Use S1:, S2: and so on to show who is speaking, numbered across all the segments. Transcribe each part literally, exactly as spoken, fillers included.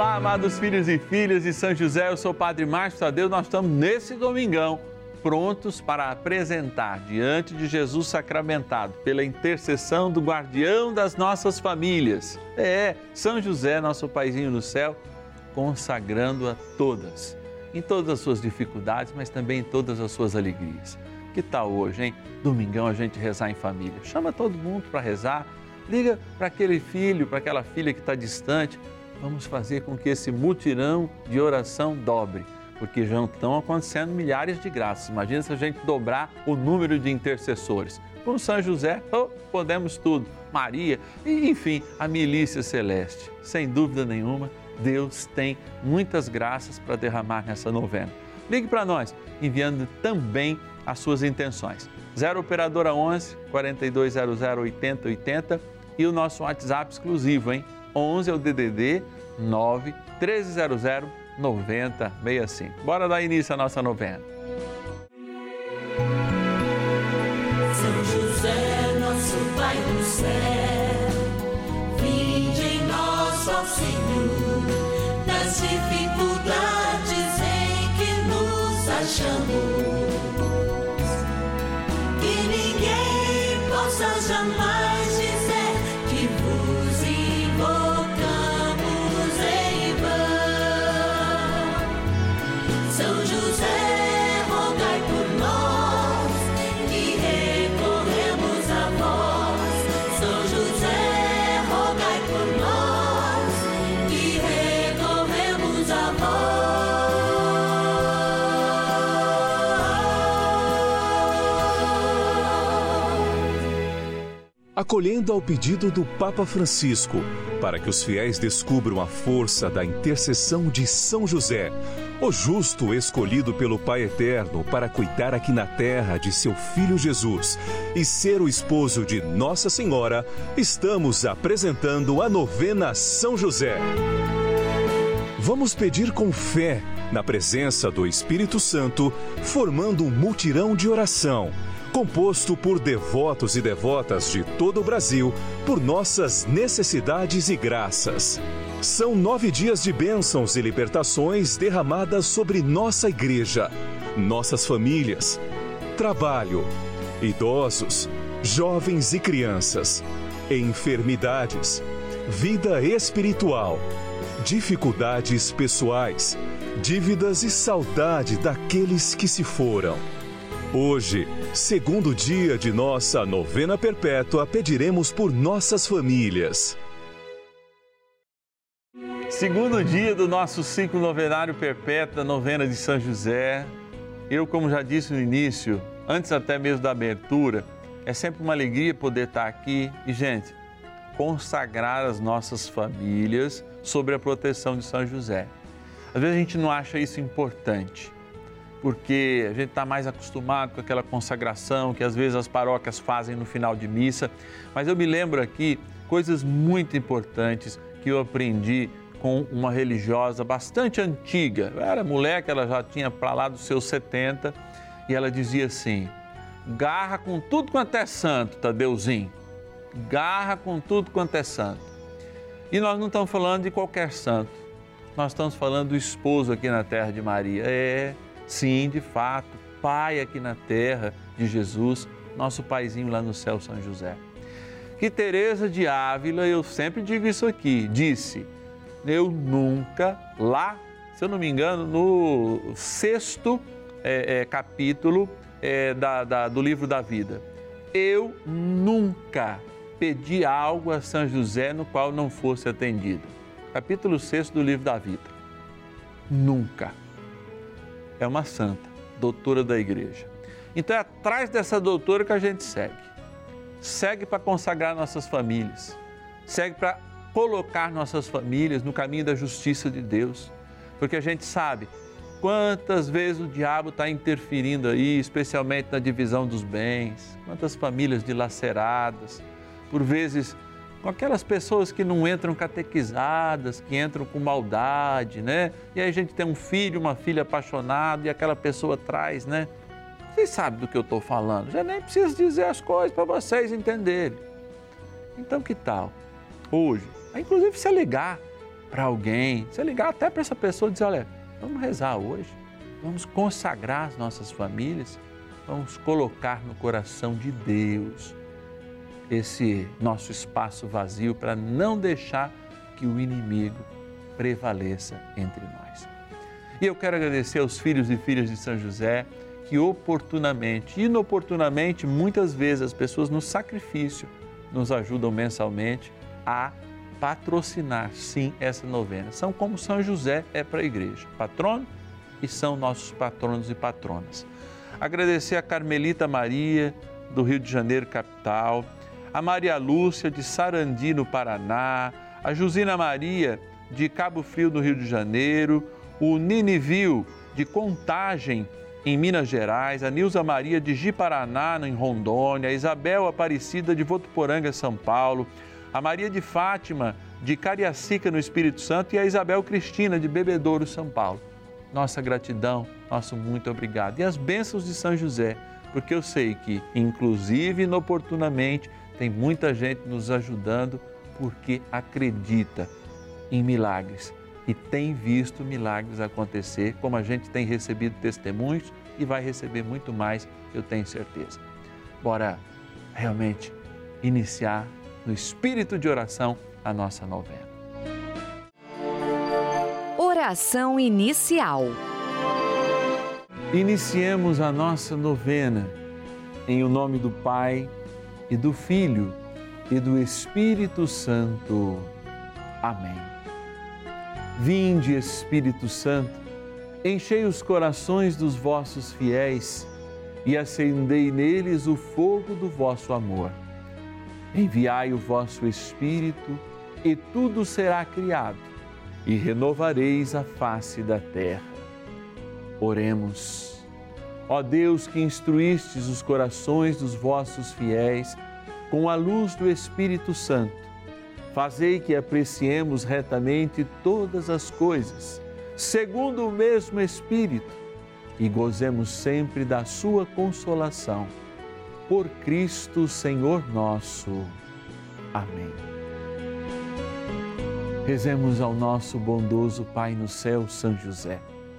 S1: Olá, amados filhos e filhas de São José, eu sou o Padre Márcio Tadeu, nós estamos nesse domingão, prontos para apresentar diante de Jesus sacramentado, pela intercessão do guardião das nossas famílias. É, São José, nosso paizinho no céu, consagrando a todas, em todas as suas dificuldades, mas também em todas as suas alegrias. Que tal hoje, hein? Domingão a gente rezar em família. Chama todo mundo para rezar, liga para aquele filho, para aquela filha que está distante. Vamos fazer com que esse mutirão de oração dobre, porque já estão acontecendo milhares de graças. Imagina se a gente dobrar o número de intercessores. Com São José, oh, podemos tudo. Maria, e enfim, a milícia celeste. Sem dúvida nenhuma, Deus tem muitas graças para derramar nessa novena. Ligue para nós, enviando também as suas intenções. zero Operadora onze, quarenta e dois zero zero, oitenta oitenta e o nosso WhatsApp exclusivo, hein? onze é o D D D nove, treze zero zero, noventa sessenta e cinco. Bora dar início à nossa novena.
S2: São José, nosso Pai do céu, vinde em nós, ó Senhor, nas dificuldades em que nos achamos, que ninguém possa jamais dizer que vos invocamos em vão. São José, rogai por nós, que recorremos a vós. São José, rogai por nós, que recorremos a vós.
S3: Acolhendo ao pedido do Papa Francisco, para que os fiéis descubram a força da intercessão de São José, o justo escolhido pelo Pai Eterno para cuidar aqui na terra de seu Filho Jesus e ser o esposo de Nossa Senhora, estamos apresentando a novena São José. Vamos pedir com fé, na presença do Espírito Santo, formando um mutirão de oração, composto por devotos e devotas de todo o Brasil, por nossas necessidades e graças. São nove dias de bênçãos e libertações derramadas sobre nossa igreja, nossas famílias, trabalho, idosos, jovens e crianças, enfermidades, vida espiritual, dificuldades pessoais, dívidas e saudade daqueles que se foram. Hoje, segundo dia de nossa novena perpétua, pediremos por nossas famílias.
S1: Segundo dia do nosso ciclo novenário perpétuo da novena de São José. Eu, como já disse no início, antes até mesmo da abertura, é sempre uma alegria poder estar aqui e, gente, consagrar as nossas famílias sobre a proteção de São José. Às vezes a gente não acha isso importante, porque a gente está mais acostumado com aquela consagração que às vezes as paróquias fazem no final de missa, mas eu me lembro aqui coisas muito importantes que eu aprendi com uma religiosa bastante antiga. Eu era moleque, ela já tinha para lá dos seus setenta, e ela dizia assim: garra com tudo quanto é santo, Tadeuzinho, garra com tudo quanto é santo. E nós não estamos falando de qualquer santo, nós estamos falando do esposo aqui na terra de Maria. É... Sim, de fato, Pai aqui na terra de Jesus, nosso paizinho lá no céu, São José. Que Teresa de Ávila, eu sempre digo isso aqui, disse: eu nunca, lá, se eu não me engano, no sexto é, é, capítulo é, da, da, do livro da vida, eu nunca pedi algo a São José no qual não fosse atendido. Capítulo sexto do livro da vida. Nunca. É uma santa, doutora da igreja. Então é atrás dessa doutora que a gente segue. Segue para consagrar nossas famílias. Segue para colocar nossas famílias no caminho da justiça de Deus. Porque a gente sabe quantas vezes o diabo está interferindo aí, especialmente na divisão dos bens. Quantas famílias dilaceradas, por vezes com aquelas pessoas que não entram catequizadas, que entram com maldade, né? E aí a gente tem um filho, uma filha apaixonada e aquela pessoa traz, né? Vocês sabem do que eu estou falando, já nem preciso dizer as coisas para vocês entenderem. Então que tal? Hoje, inclusive se alegar, para alguém, você ligar até para essa pessoa e dizer, olha, vamos rezar hoje, vamos consagrar as nossas famílias, vamos colocar no coração de Deus esse nosso espaço vazio para não deixar que o inimigo prevaleça entre nós. E eu quero agradecer aos filhos e filhas de São José que oportunamente, inoportunamente, muitas vezes as pessoas no sacrifício nos ajudam mensalmente a patrocinar, sim, essa novena. São como São José é para a igreja, patrono e são nossos patronos e patronas. Agradecer a Carmelita Maria, do Rio de Janeiro, capital, a Maria Lúcia, de Sarandi, no Paraná, a Jusina Maria, de Cabo Frio, no Rio de Janeiro, o Ninivil, de Contagem, em Minas Gerais, a Nilza Maria, de Ji-Paraná, em Rondônia, a Isabel Aparecida, de Votuporanga, São Paulo, a Maria de Fátima, de Cariacica, no Espírito Santo, e a Isabel Cristina, de Bebedouro, São Paulo. Nossa gratidão, nosso muito obrigado. E as bênçãos de São José, porque eu sei que, inclusive inoportunamente, tem muita gente nos ajudando porque acredita em milagres e tem visto milagres acontecer, como a gente tem recebido testemunhos e vai receber muito mais, eu tenho certeza. Bora realmente iniciar no espírito de oração a nossa novena.
S4: Oração inicial.
S1: Iniciemos a nossa novena em o nome do Pai e do Filho e do Espírito Santo. Amém. Vinde, Espírito Santo, enchei os corações dos vossos fiéis e acendei neles o fogo do vosso amor. Enviai o vosso Espírito e tudo será criado e renovareis a face da terra. Oremos. Ó Deus, que instruístes os corações dos vossos fiéis com a luz do Espírito Santo, fazei que apreciemos retamente todas as coisas, segundo o mesmo Espírito, e gozemos sempre da sua consolação. Por Cristo, Senhor nosso. Amém. Rezemos ao nosso bondoso Pai no céu, São José.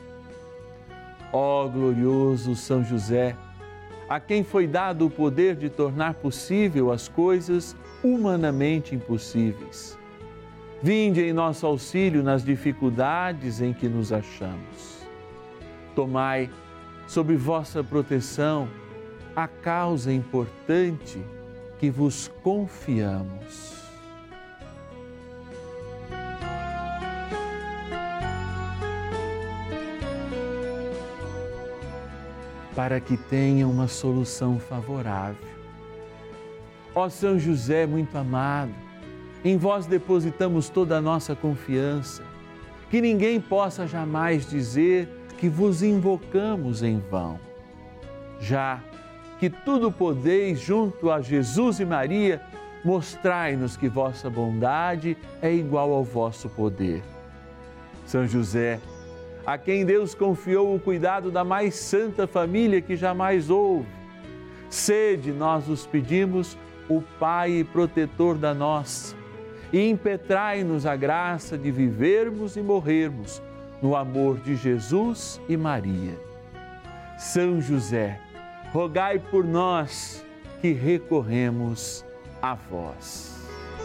S1: Ó glorioso São José, a quem foi dado o poder de tornar possível as coisas humanamente impossíveis. Vinde em nosso auxílio nas dificuldades em que nos achamos. Tomai sob vossa proteção a causa importante que vos confiamos. Para que tenha uma solução favorável. Ó São José muito amado, em vós depositamos toda a nossa confiança, que ninguém possa jamais dizer que vos invocamos em vão. Já que tudo podeis junto a Jesus e Maria, mostrai-nos que vossa bondade é igual ao vosso poder. São José, a quem Deus confiou o cuidado da mais santa família que jamais houve, sede, nós os pedimos, o Pai e protetor da nossa, e impetrai-nos a graça de vivermos e morrermos no amor de Jesus e Maria. São José, rogai por nós que recorremos a vós.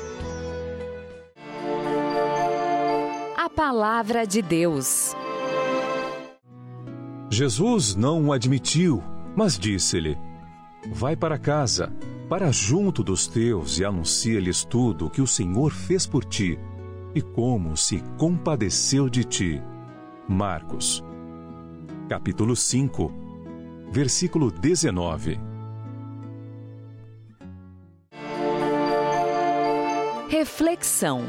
S4: A palavra de Deus.
S3: Jesus não o admitiu, mas disse-lhe: vai para casa, para junto dos teus e anuncia-lhes tudo o que o Senhor fez por ti e como se compadeceu de ti. Marcos, capítulo cinco, versículo dezenove.
S4: Reflexão.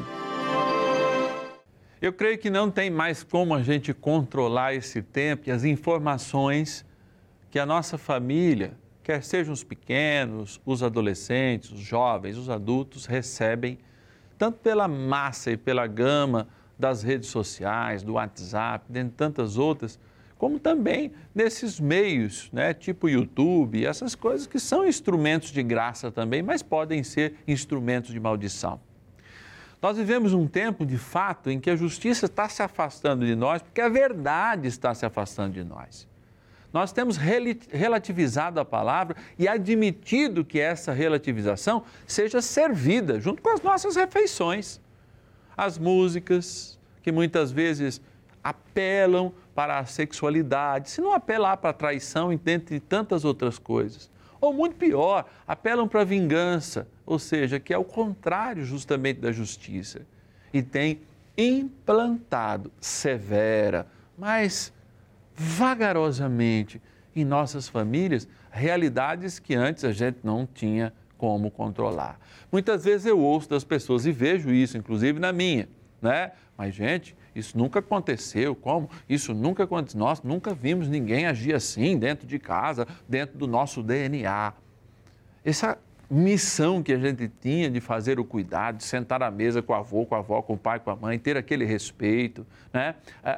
S1: Eu creio que não tem mais como a gente controlar esse tempo e as informações que a nossa família, quer sejam os pequenos, os adolescentes, os jovens, os adultos, recebem, tanto pela massa e pela gama das redes sociais, do WhatsApp, dentre tantas outras, como também nesses meios, né, tipo YouTube, essas coisas que são instrumentos de graça também, mas podem ser instrumentos de maldição. Nós vivemos um tempo, de fato, em que a justiça está se afastando de nós, porque a verdade está se afastando de nós. Nós temos relativizado a palavra e admitido que essa relativização seja servida junto com as nossas refeições. As músicas, que muitas vezes apelam para a sexualidade, se não apelar para a traição, dentre tantas outras coisas. Ou muito pior, apelam para a vingança, ou seja, que é o contrário justamente da justiça. E tem implantado severa, mas vagarosamente em nossas famílias, realidades que antes a gente não tinha como controlar. Muitas vezes eu ouço das pessoas e vejo isso, inclusive na minha, né? Mas, gente, isso nunca aconteceu, como? Isso nunca aconteceu, nós nunca vimos ninguém agir assim dentro de casa, dentro do nosso D N A. Essa missão que a gente tinha de fazer o cuidado, de sentar à mesa com o avô, com a avó, com o pai, com a mãe, ter aquele respeito, né?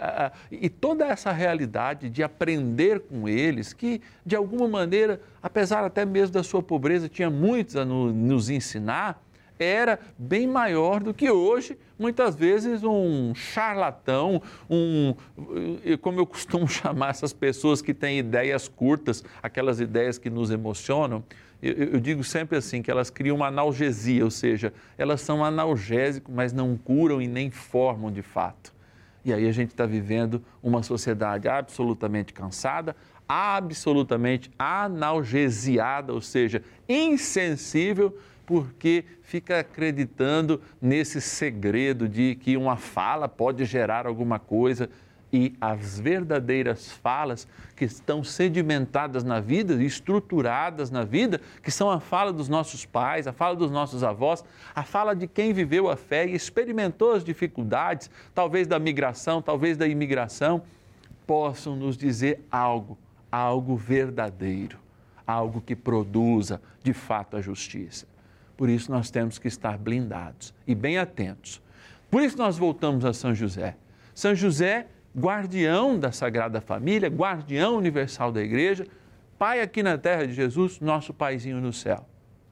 S1: E toda essa realidade de aprender com eles, que de alguma maneira, apesar até mesmo da sua pobreza, tinha muitos a nos ensinar, era bem maior do que hoje, muitas vezes um charlatão, um, como eu costumo chamar essas pessoas que têm ideias curtas, aquelas ideias que nos emocionam. Eu, eu digo sempre assim, que elas criam uma analgesia, ou seja, elas são analgésicos, mas não curam e nem formam de fato. E aí a gente está vivendo uma sociedade absolutamente cansada, absolutamente analgesiada, ou seja, insensível, porque fica acreditando nesse segredo de que uma fala pode gerar alguma coisa e as verdadeiras falas que estão sedimentadas na vida, estruturadas na vida, que são a fala dos nossos pais, a fala dos nossos avós, a fala de quem viveu a fé e experimentou as dificuldades, talvez da migração, talvez da imigração, possam nos dizer algo, algo verdadeiro, algo que produza de fato a justiça. Por isso nós temos que estar blindados e bem atentos. Por isso nós voltamos a São José. São José, guardião da Sagrada Família, guardião universal da Igreja, Pai aqui na terra de Jesus, nosso Paizinho no céu,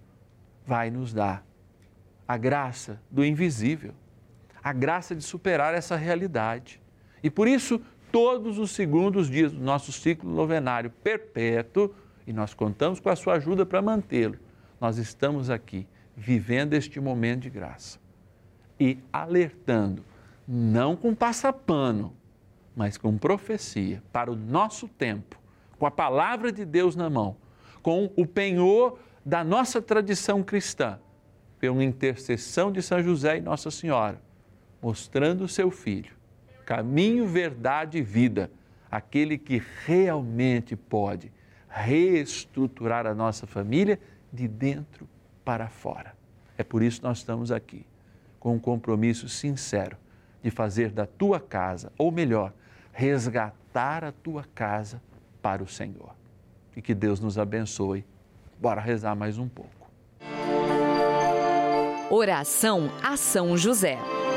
S1: vai nos dar a graça do invisível, a graça de superar essa realidade. E por isso, todos os segundos dias do nosso ciclo novenário perpétuo, e nós contamos com a sua ajuda para mantê-lo, nós estamos aqui vivendo este momento de graça e alertando, não com passapano, mas com profecia para o nosso tempo, com a palavra de Deus na mão, com o penhor da nossa tradição cristã, pela intercessão de São José e Nossa Senhora, mostrando o seu Filho, caminho, verdade e vida, aquele que realmente pode reestruturar a nossa família de dentro para fora. É por isso que nós estamos aqui, com um compromisso sincero de fazer da tua casa, ou melhor, resgatar a tua casa para o Senhor. E que Deus nos abençoe. Bora rezar mais um pouco.
S4: Oração a São José.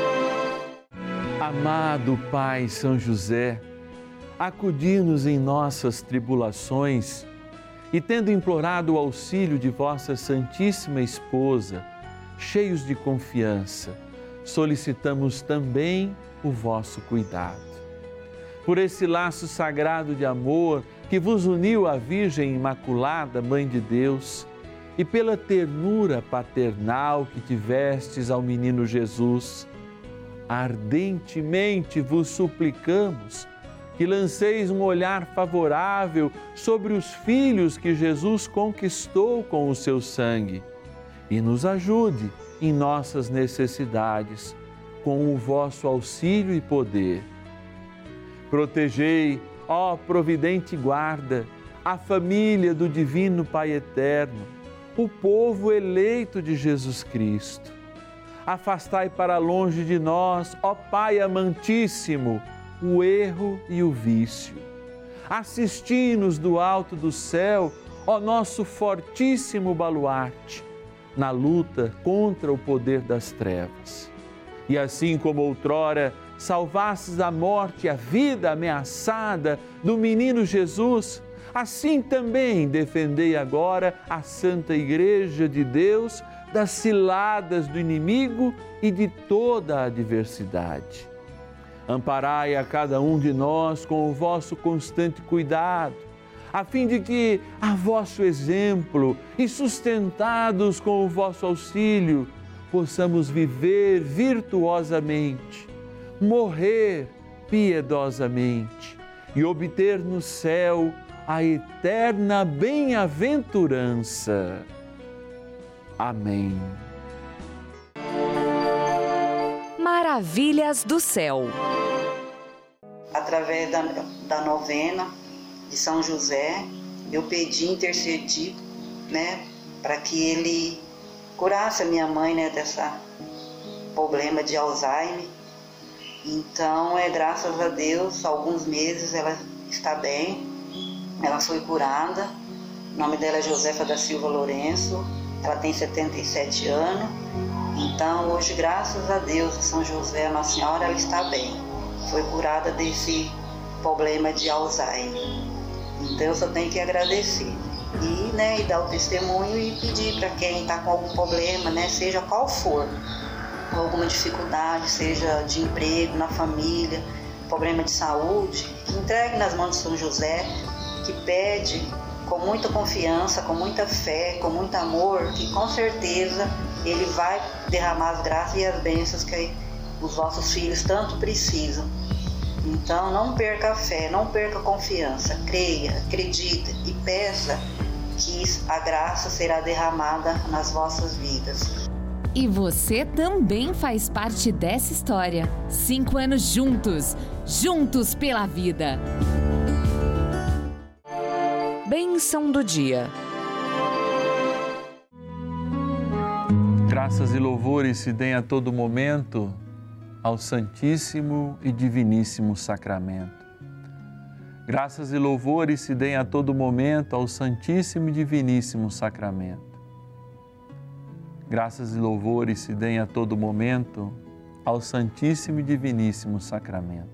S1: Amado Pai São José, acudir-nos em nossas tribulações e, tendo implorado o auxílio de vossa Santíssima Esposa, cheios de confiança, solicitamos também o vosso cuidado. Por esse laço sagrado de amor que vos uniu à Virgem Imaculada, Mãe de Deus, e pela ternura paternal que tivestes ao menino Jesus, ardentemente vos suplicamos que lanceis um olhar favorável sobre os filhos que Jesus conquistou com o seu sangue e nos ajude em nossas necessidades com o vosso auxílio e poder. Protegei, ó providente guarda, a família do Divino Pai Eterno, o povo eleito de Jesus Cristo. Afastai para longe de nós, ó Pai amantíssimo, o erro e o vício. Assisti-nos do alto do céu, ó nosso fortíssimo baluarte, na luta contra o poder das trevas. E assim como outrora salvastes da morte a vida ameaçada do menino Jesus, assim também defendei agora a Santa Igreja de Deus das ciladas do inimigo e de toda a adversidade. Amparai a cada um de nós com o vosso constante cuidado, a fim de que, a vosso exemplo e sustentados com o vosso auxílio, possamos viver virtuosamente, morrer piedosamente e obter no céu a eterna bem-aventurança. Amém.
S4: Maravilhas do céu.
S5: Através da, da novena de São José, eu pedi, intercedi, né, para que ele curasse a minha mãe, né, dessa problema de Alzheimer. Então, é graças a Deus, há alguns meses ela está bem, ela foi curada. O nome dela é Josefa da Silva Lourenço, ela tem setenta e sete anos. Então, hoje, graças a Deus, São José, Nossa Senhora, ela está bem. Foi curada desse problema de Alzheimer. Então, eu só tenho que agradecer. E, né, e dar o testemunho e pedir para quem está com algum problema, né, seja qual for, alguma dificuldade, seja de emprego, na família, problema de saúde, que entregue nas mãos de São José, que pede com muita confiança, com muita fé, com muito amor, que com certeza Ele vai derramar as graças e as bênçãos que os vossos filhos tanto precisam. Então não perca a fé, não perca a confiança, creia, acredite e peça que a graça será derramada nas vossas vidas.
S6: E você também faz parte dessa história. Cinco anos juntos, juntos pela vida.
S4: Bênção do dia.
S1: Graças e louvores se deem a todo momento ao Santíssimo e Diviníssimo Sacramento. Graças e louvores se deem a todo momento ao Santíssimo e Diviníssimo Sacramento. Graças e louvores se deem a todo momento ao Santíssimo e Diviníssimo Sacramento.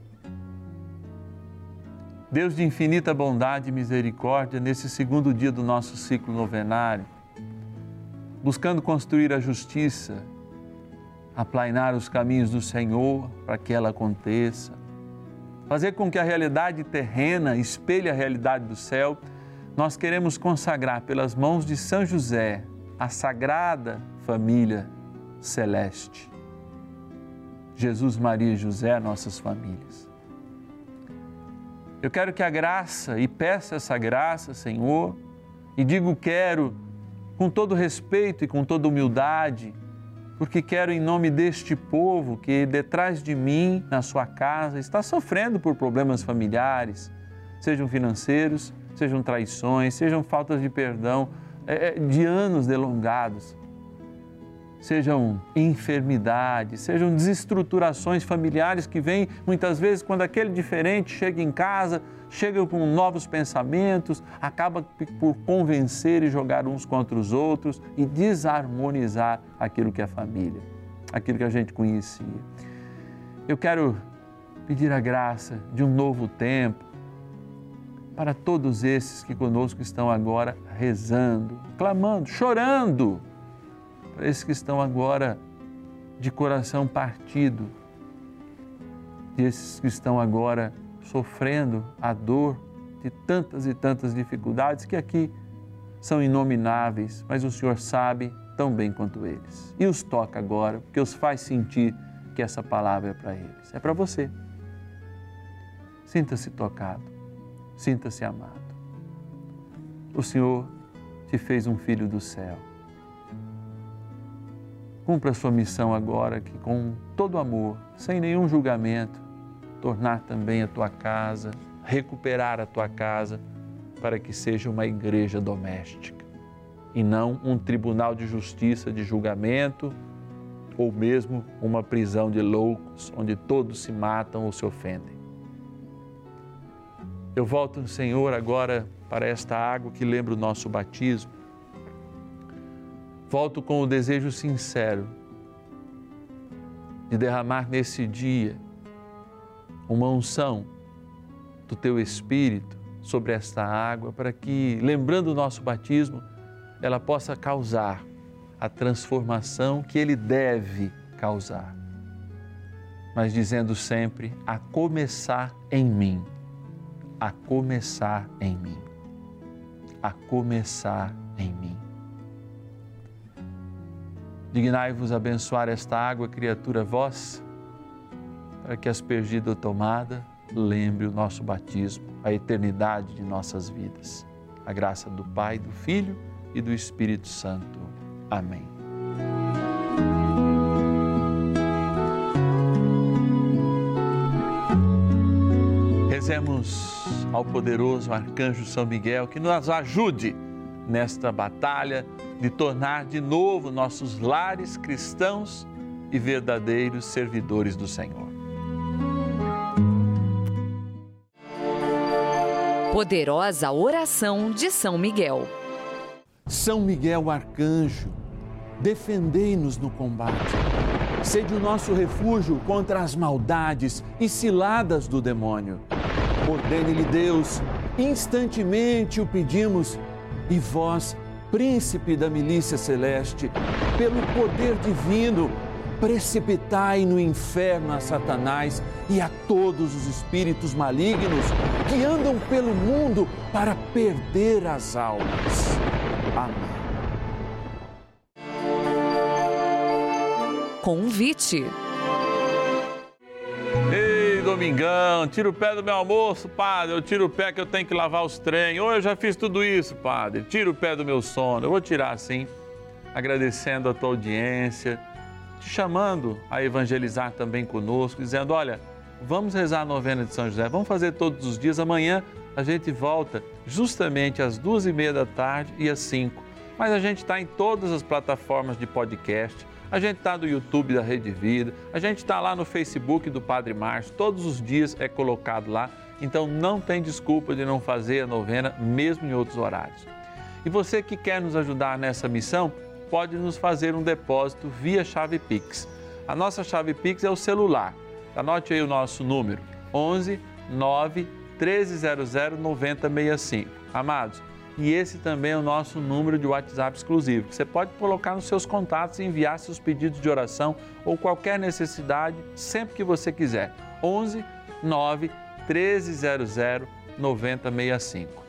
S1: Deus de infinita bondade e misericórdia, nesse segundo dia do nosso ciclo novenário, buscando construir a justiça, aplainar os caminhos do Senhor para que ela aconteça, fazer com que a realidade terrena espelhe a realidade do céu, nós queremos consagrar pelas mãos de São José a Sagrada Família Celeste. Jesus, Maria e José, nossas famílias. Eu quero que a graça, e peço essa graça, Senhor, e digo quero com todo respeito e com toda humildade, porque quero em nome deste povo que detrás de mim, na sua casa, está sofrendo por problemas familiares, sejam financeiros, sejam traições, sejam faltas de perdão, de anos delongados, sejam enfermidades, sejam desestruturações familiares que vêm muitas vezes quando aquele diferente chega em casa, chega com novos pensamentos, acaba por convencer e jogar uns contra os outros e desarmonizar aquilo que é família, aquilo que a gente conhecia. Eu quero pedir a graça de um novo tempo para todos esses que conosco estão agora rezando, clamando, chorando, para esses que estão agora de coração partido, esses que estão agora sofrendo a dor de tantas e tantas dificuldades que aqui são inomináveis, mas o Senhor sabe tão bem quanto eles. E os toca agora, porque os faz sentir que essa palavra é para eles. É para você. Sinta-se tocado, sinta-se amado. O Senhor te fez um filho do céu. Cumpra a sua missão agora, que com todo amor, sem nenhum julgamento, tornar também a tua casa, recuperar a tua casa, para que seja uma igreja doméstica e não um tribunal de justiça, de julgamento, ou mesmo uma prisão de loucos, onde todos se matam ou se ofendem. Eu volto, Senhor, agora para esta água que lembra o nosso batismo. Volto com o desejo sincero de derramar nesse dia uma unção do Teu Espírito sobre esta água, para que, lembrando o nosso batismo, ela possa causar a transformação que ele deve causar, mas dizendo sempre, a começar em mim, a começar em mim, a começar em mim. Dignai-vos abençoar esta água, criatura vossa, para que aspergida ou tomada, lembre o nosso batismo, a eternidade de nossas vidas. A graça do Pai, do Filho e do Espírito Santo. Amém. Rezemos ao poderoso arcanjo São Miguel que nos ajude nesta batalha de tornar de novo nossos lares cristãos e verdadeiros servidores do Senhor.
S4: Poderosa oração de São Miguel.
S1: São Miguel arcanjo, defendei-nos no combate. Sede o nosso refúgio contra as maldades e ciladas do demônio. Ordene-lhe Deus, instantemente o pedimos, e vós, príncipe da milícia celeste, pelo poder divino, precipitai no inferno a Satanás e a todos os espíritos malignos que andam pelo mundo para perder as almas. Amém.
S4: Convite.
S1: Ei, domingão, tira o pé do meu almoço, padre. Eu tiro o pé que eu tenho que lavar os trem. Ou eu já fiz tudo isso, padre. Tira o pé do meu sono. Eu vou tirar sim, agradecendo a tua audiência, te chamando a evangelizar também conosco, dizendo, olha, vamos rezar a novena de São José, vamos fazer todos os dias. Amanhã a gente volta justamente às duas e meia da tarde e às cinco. Mas a gente está em todas as plataformas de podcast, a gente está no YouTube da Rede Vida, a gente está lá no Facebook do Padre Márcio, todos os dias é colocado lá, então não tem desculpa de não fazer a novena, mesmo em outros horários. E você que quer nos ajudar nessa missão, pode nos fazer um depósito via chave Pix. A nossa chave Pix é o celular. Anote aí o nosso número, onze nove treze zero zero noventa sessenta e cinco. Amados, e esse também é o nosso número de WhatsApp exclusivo, que você pode colocar nos seus contatos e enviar seus pedidos de oração ou qualquer necessidade, sempre que você quiser. onze nove treze zero zero noventa sessenta e cinco.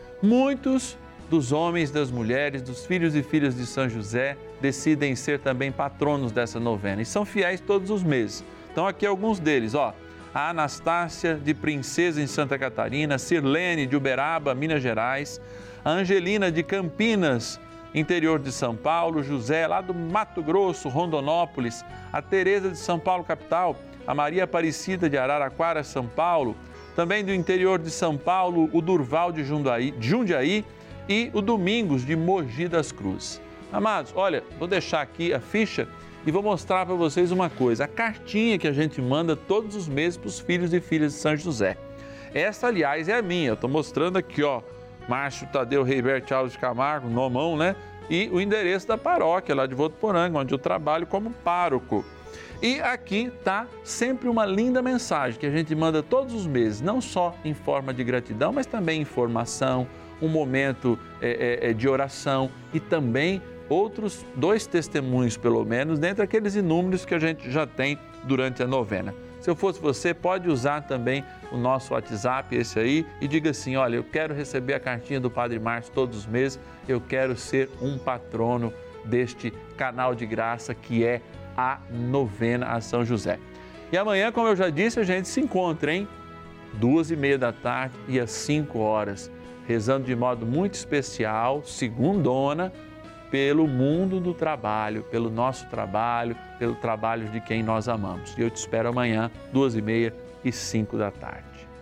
S1: Muitos dos homens, das mulheres, dos filhos e filhas de São José decidem ser também patronos dessa novena e são fiéis todos os meses. Então aqui alguns deles, ó, a Anastácia de Princesa em Santa Catarina, Sirlene de Uberaba, Minas Gerais, a Angelina de Campinas, interior de São Paulo, José lá do Mato Grosso, Rondonópolis, a Tereza de São Paulo, capital, a Maria Aparecida de Araraquara, São Paulo, também do interior de São Paulo, o Durval de Jundiaí, de Jundiaí e o Domingos de Mogi das Cruzes. Amados, olha, vou deixar aqui a ficha e vou mostrar para vocês uma coisa, a cartinha que a gente manda todos os meses para os filhos e filhas de São José. Essa, aliás, é a minha, eu estou mostrando aqui, ó, Márcio Tadeu Reiberto Alves de Camargo, nomão, né? E o endereço da paróquia lá de Votuporanga, onde eu trabalho como pároco. E aqui está sempre uma linda mensagem que a gente manda todos os meses, não só em forma de gratidão, mas também informação, um momento é, é, de oração e também outros dois testemunhos, pelo menos, dentre aqueles inúmeros que a gente já tem durante a novena. Se eu fosse você, pode usar também o nosso WhatsApp, esse aí, e diga assim, olha, eu quero receber a cartinha do Padre Márcio todos os meses, eu quero ser um patrono deste canal de graça que é a novena a São José. E amanhã, como eu já disse, a gente se encontra, hein? Duas e meia da tarde e às cinco horas, rezando de modo muito especial, segundona, pelo mundo do trabalho, pelo nosso trabalho, pelo trabalho de quem nós amamos. E eu te espero amanhã, duas e meia e cinco da tarde.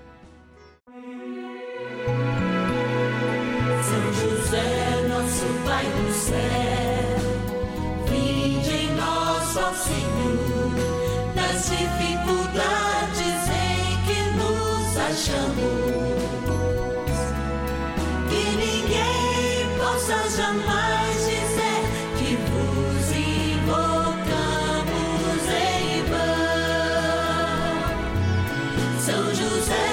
S2: São José, nosso Pai do céu, vinde em nós, ó Senhor, nas dificuldades em que nos achamos, que ninguém possa jamais São José.